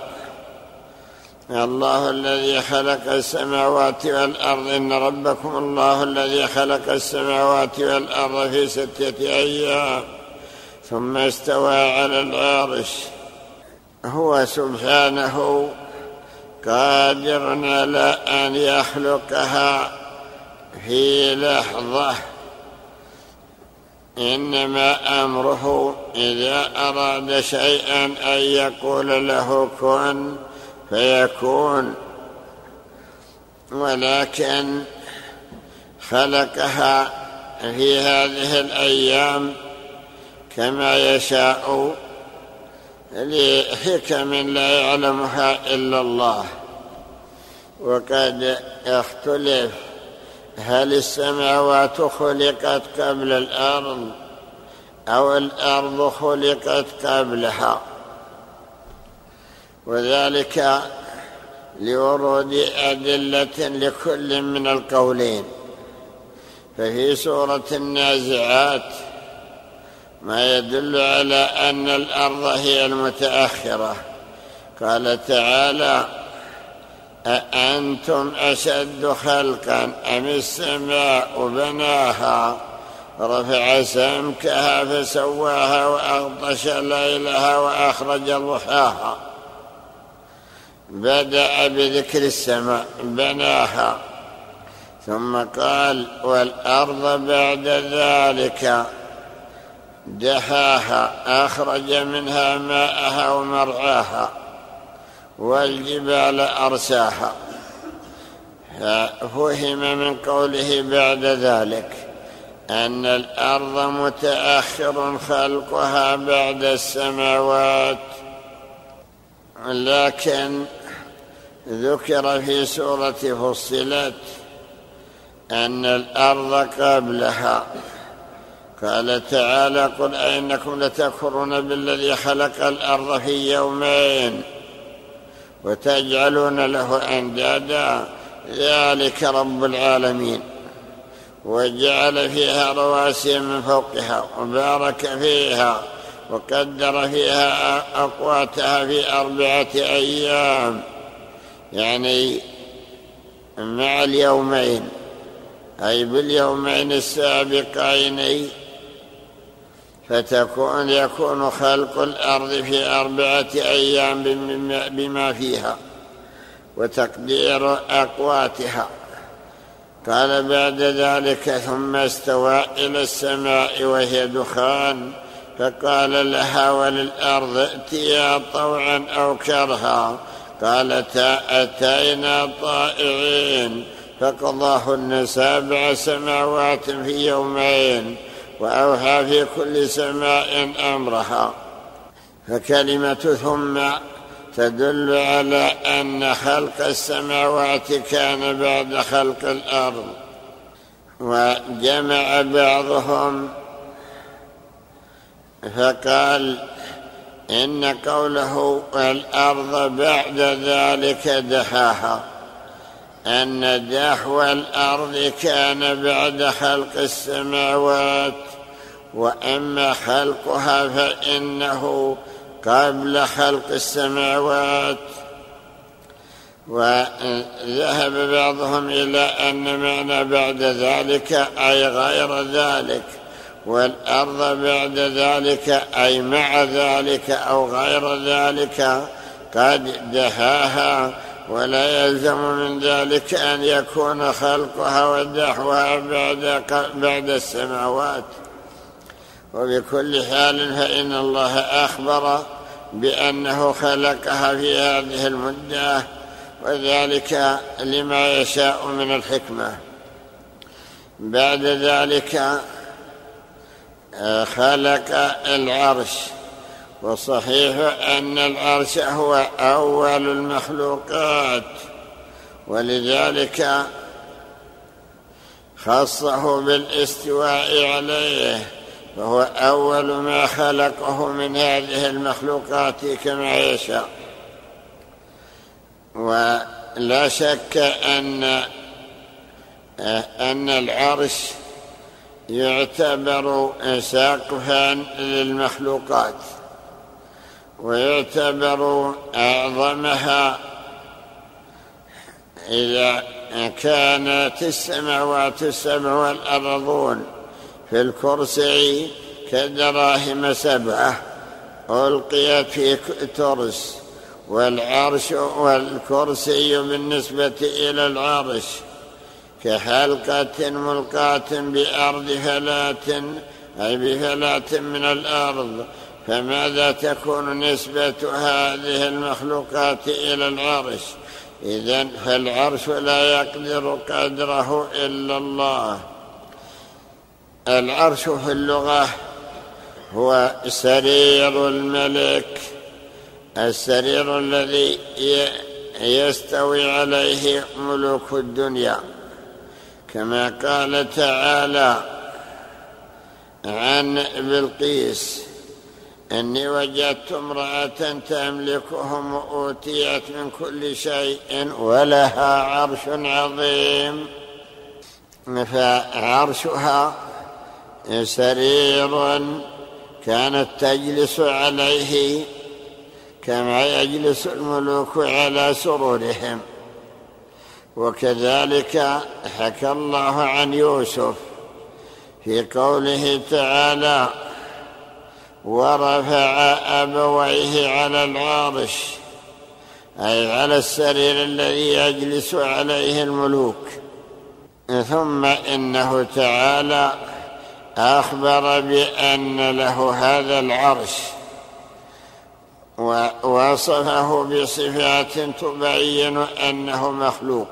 [SPEAKER 2] الله الذي خلق السماوات والأرض إن ربكم الله الذي خلق السماوات والأرض في ستة أيام ثم استوى على العرش. هو سبحانه قادر على أن يخلقها في لحظة، إنما أمره إذا أراد شيئا أن يقول له كن فيكون، ولكن خلقها في هذه الأيام كما يشاء لحكم لا يعلمها إلا الله. وقد اختلف هل السماوات خلقت قبل الأرض أو الأرض خلقت قبلها، وذلك لورود أدلة لكل من القولين. ففي سورة النازعات ما يدل على أن الأرض هي المتأخرة. قال تعالى: أأنتم أشد خلقا أم السماء بناها رفع سمكها فسواها وأغطش ليلها وأخرج ضحاها. بدأ بذكر السماء بناها، ثم قال: والأرض بعد ذلك دحاها أخرج منها ماءها ومرعاها والجبال أرساها. ففهم من قوله بعد ذلك أن الأرض متأخر خلقها بعد السماوات، لكن ذكر في سورة فصلت أن الأرض قبلها. قال تعالى: قل أئنكم لتكفرون بالذي خلق الأرض في يومين وتجعلون له أندادا ذلك رب العالمين وجعل فيها رواسي من فوقها وبارك فيها وقدر فيها أقواتها في أربعة أيام، يعني مع اليومين، أي باليومين السابقين، فتكون يكون خلق الأرض في أربعة أيام بما فيها وتقدير أقواتها. قال بعد ذلك: ثم استوى إلى السماء وهي دخان فقال لها وللأرض ائتيا طوعا أو كرها قالتا أتينا طائعين فقضاهن سبع سماوات في يومين وأوحى في كل سماء أمرها. فكلمة ثم تدل على أن خلق السماوات كان بعد خلق الأرض. وجمع بعضهم فقال إن قوله الأرض بعد ذلك دحاها أن دحو الأرض كان بعد خلق السماوات، وأما خلقها فإنه قبل خلق السماوات. وذهب بعضهم إلى أن معنى بعد ذلك أي غير ذلك، والأرض بعد ذلك أي مع ذلك أو غير ذلك قد دحاها، ولا يلزم من ذلك أن يكون خلقها ودحوها بعد, بعد السماوات. وبكل حال فإن الله أخبر بأنه خلقها في هذه المدة، وذلك لما يشاء من الحكمة. بعد ذلك خلق العرش، وصحيح أن العرش هو أول المخلوقات، ولذلك خصه بالاستواء عليه، فهو أول ما خلقه من هذه المخلوقات كما يشاء. ولا شك أن أن العرش يعتبر سقفا للمخلوقات، ويعتبر أعظمها إذا كانت السماوات السبع والأرضون في الكرسي كدراهم سبعة ألقيت في ترس، والعرش والكرسي بالنسبة إلى العرش كحلقة ملقاة بأرض فلاة، أي بفلاة من الأرض. فماذا تكون نسبة هذه المخلوقات إلى العرش؟ إذن فالعرش لا يقدر قدره إلا الله. العرش في اللغة هو سرير الملك، السرير الذي يستوي عليه ملوك الدنيا، كما قال تعالى عن بلقيس إني وجدت امرأة تملكهم وأوتيت من كل شيء ولها عرش عظيم، فعرشها سرير كانت تجلس عليه كما يجلس الملوك على سرورهم. وكذلك حكى الله عن يوسف في قوله تعالى: ورفع أبويه على العرش، أي على السرير الذي يجلس عليه الملوك. ثم إنه تعالى أخبر بأن له هذا العرش ووصفه بصفات تبين أنه مخلوق،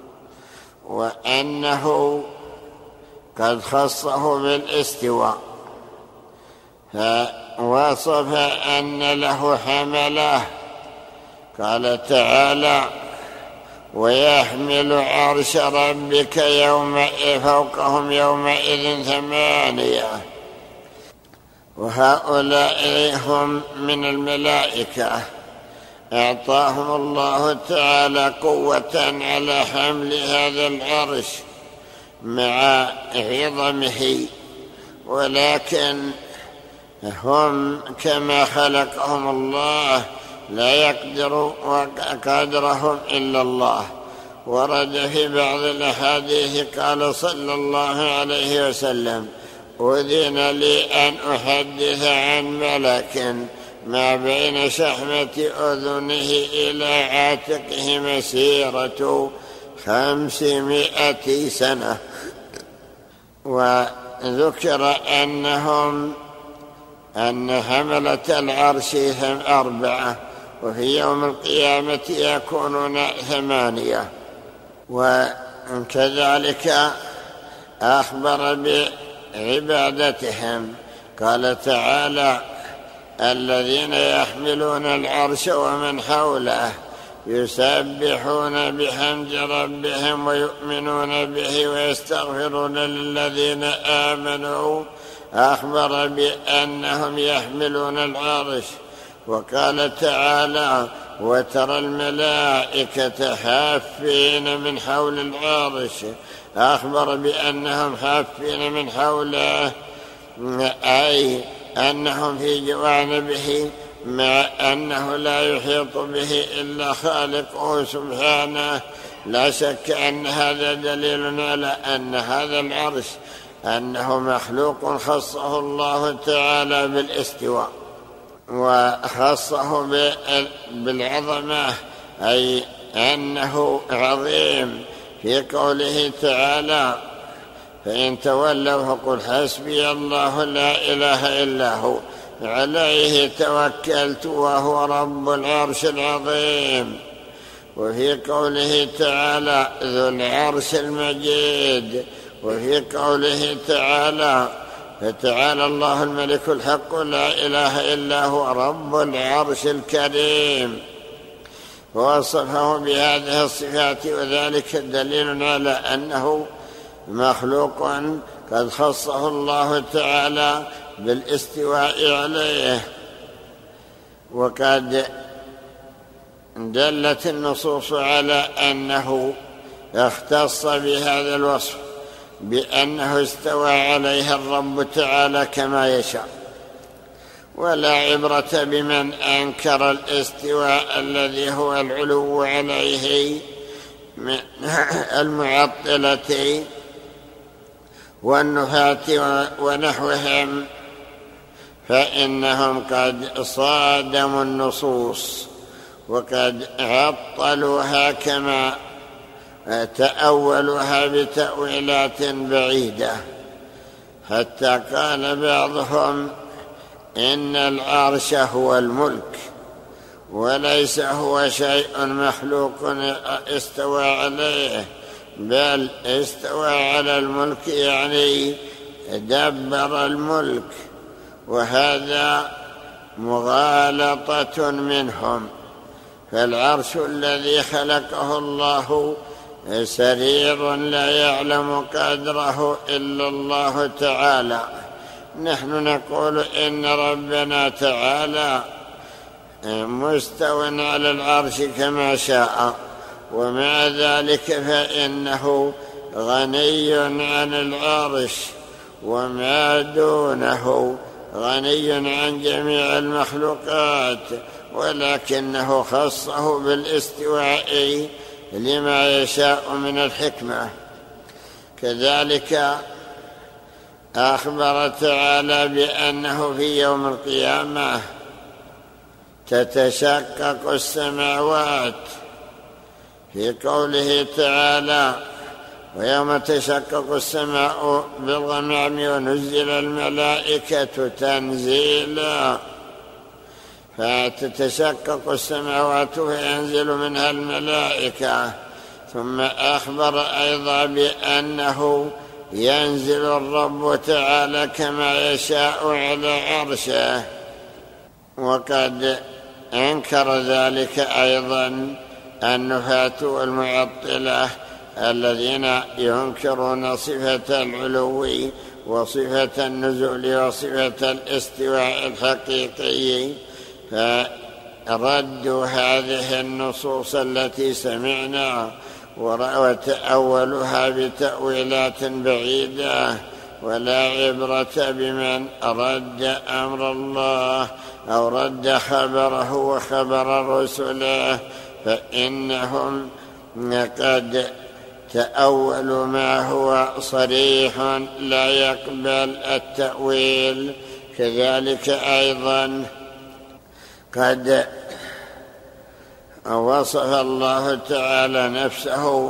[SPEAKER 2] وأنه قد خصه بالاستواء، فوصف أن له حمله. قال تعالى: ويحمل عرش ربك يوم فوقهم يومئذ ثمانية. وهؤلاء هم من الملائكة أعطاهم الله تعالى قوة على حمل هذا العرش مع عظمه، ولكن هم كما خلقهم الله لا يقدر قدرهم إلا الله. ورد في بعض الأحاديث قال صلى الله عليه وسلم: أذن لي أن أحدث عن ملك ما بين شحمة أذنه إلى عاتقه مسيرة خمسمائة سنة. وذكر أنهم أن حملة العرش هم أربعة، وفي يوم القيامة يكونون ثمانية. وكذلك أخبر بعبادتهم، قال تعالى: الذين يحملون العرش ومن حوله يسبحون بحمد ربهم ويؤمنون به ويستغفرون للذين آمنوا. أخبر بأنهم يحملون العرش. وقال تعالى: وترى الملائكة حافين من حول العرش. أخبر بأنهم حافين من حوله، أي أنهم في جوانبه، مع أنه لا يحيط به إلا خالقه سبحانه. لا شك أن هذا دليل على أن هذا العرش أنه مخلوق خصه الله تعالى بالاستواء، وخصه بالعظمة، أي أنه عظيم. في قوله تعالى: فإن تولوا فقل حسبي الله لا إله إلا هو عليه توكلت وهو رب العرش العظيم. وفي قوله تعالى: ذو العرش المجيد. وفي قوله تعالى: فتعالى الله الملك الحق لا إله إلا هو رب العرش الكريم. ووصفه بهذه الصفات، وذلك دليل على أنه مخلوق قد خصه الله تعالى بالاستواء عليه. وقد دلت النصوص على أنه اختص بهذا الوصف، بأنه استوى عليه الرب تعالى كما يشاء. ولا عبرة بمن أنكر الاستواء الذي هو العلو عليه من المعطلة والنفاة ونحوهم، فإنهم قد صادموا النصوص وقد عطلوها كما تأولوها بتأويلات بعيدة، حتى قال بعضهم إن العرش هو الملك وليس هو شيء مخلوق استوى عليه، بل استوى على الملك يعني دبر الملك. وهذا مغالطة منهم. فالعرش الذي خلقه الله سرير لا يعلم قدره إلا الله تعالى، نحن نقول إن ربنا تعالى مستو على العرش كما شاء، ومع ذلك فإنه غني عن العرش، وما دونه غني عن جميع المخلوقات، ولكنه خصه بالاستواء لما يشاء من الحكمة. كذلك أخبر تعالى بأنه في يوم القيامة تتشقق السماوات، في قوله تعالى: ويوم تشقق السماء بالغمام ونزل الملائكة تنزيلا، فتتشقق السماوات فينزل منها الملائكة. ثم أخبر أيضا بأنه ينزل الرب تعالى كما يشاء على عرشه، وقد أنكر ذلك أيضا النفاة والمعطلة الذين ينكرون صفة العلو وصفة النزول وصفة الاستواء الحقيقي، فردوا هذه النصوص التي سمعنا وتأولها بتأويلات بعيدة، ولا عبرة بمن رد أمر الله أو رد خبره وخبر رسله، فإنهم قد تأولوا ما هو صريح لا يقبل التأويل. كذلك أيضا قد وصف الله تعالى نفسه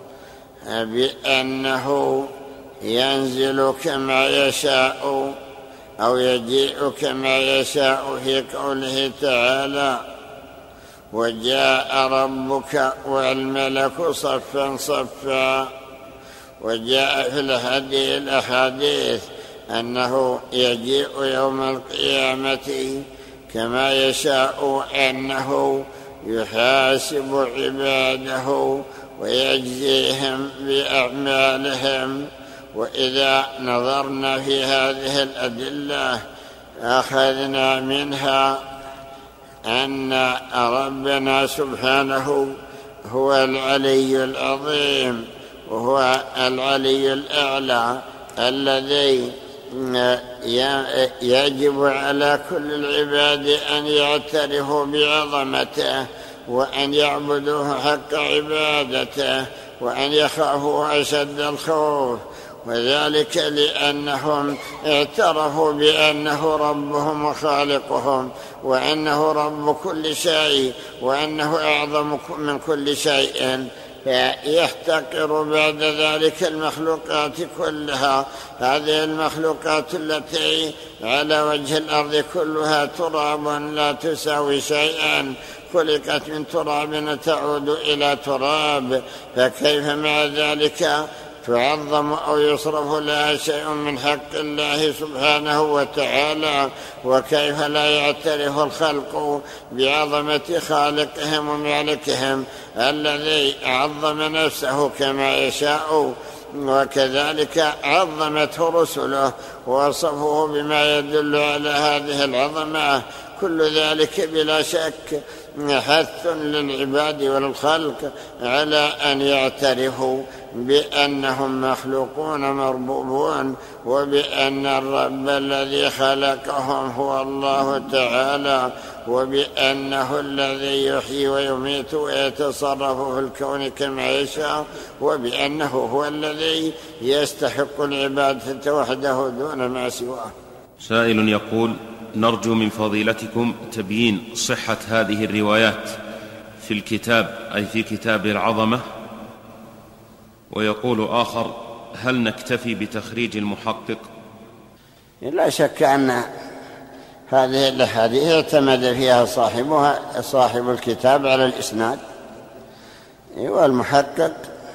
[SPEAKER 2] بأنه ينزل كما يشاء أو يجيء كما يشاء في قوله تعالى: وجاء ربك والملك صفا صفا. وجاء في الحديث الأحاديث أنه يجيء يوم القيامة كما يشاء، أنه يحاسب عباده ويجزيهم بأعمالهم. وإذا نظرنا في هذه الأدلة أخذنا منها أن ربنا سبحانه هو العلي العظيم، وهو العلي الأعلى الذي يجب على كل العباد أن يعترفوا بعظمته، وأن يعبدوه حق عبادته، وأن يخافوا أشد الخوف، وذلك لأنهم اعترفوا بأنه ربهم وخالقهم، وأنه رب كل شيء، وأنه أعظم من كل شيء، فيحتقر بعد ذلك المخلوقات كلها. هذه المخلوقات التي على وجه الأرض كلها تراب لا تساوي شيئا، خلقت من تراب تعود إلى تراب، فكيف مع ذلك تعظم أو يصرف لها شيء من حق الله سبحانه وتعالى؟ وكيف لا يعترف الخلق بعظمة خالقهم ومالكهم الذي عظم نفسه كما يشاء، وكذلك عظمته رسله ووصفه بما يدل على هذه العظمة. كل ذلك بلا شك حث للعباد وللخلق على أن يعترفوا بأنهم مخلوقون مربوبون، وبأن الرب الذي خلقهم هو الله تعالى، وبأنه الذي يحيي ويميت ويتصرف في الكون كما يشاء، وبأنه هو الذي يستحق العبادة وحده دون ما سواه.
[SPEAKER 3] سائل يقول: نرجو من فضيلتكم تبيين صحة هذه الروايات في الكتاب، أي في كتاب العظمة. ويقول آخر: هل نكتفي بتخريج المحقق؟
[SPEAKER 1] لا شك أن هذه الأحاديث اعتمد فيها صاحبها صاحب الكتاب على الإسناد، والمحقق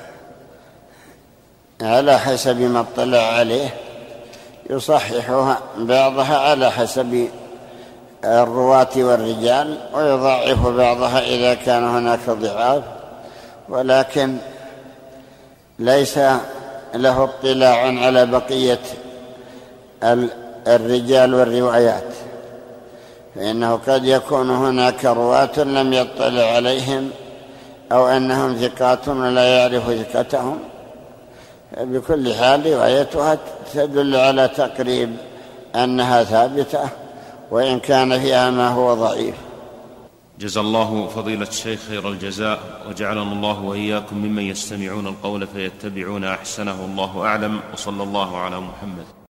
[SPEAKER 1] على حسب ما اطلع عليه يصححها بعضها على حسب الرواة والرجال، ويضعف بعضها إذا كان هناك ضعاف، ولكن ليس له اطلاع على بقية الرجال والروايات، فإنه قد يكون هناك رواة لم يطلع عليهم أو أنهم ثقات ولا يعرف ثقتهم. بكل حال روايتها تدل على تقريب أنها ثابتة وإن كان فيها ما هو ضعيف.
[SPEAKER 3] جزى الله فضيلة الشيخ خير الجزاء، وجعلنا الله وإياكم ممن يستمعون القول فيتبعون أحسنه. الله أعلم، وصلى الله على محمد.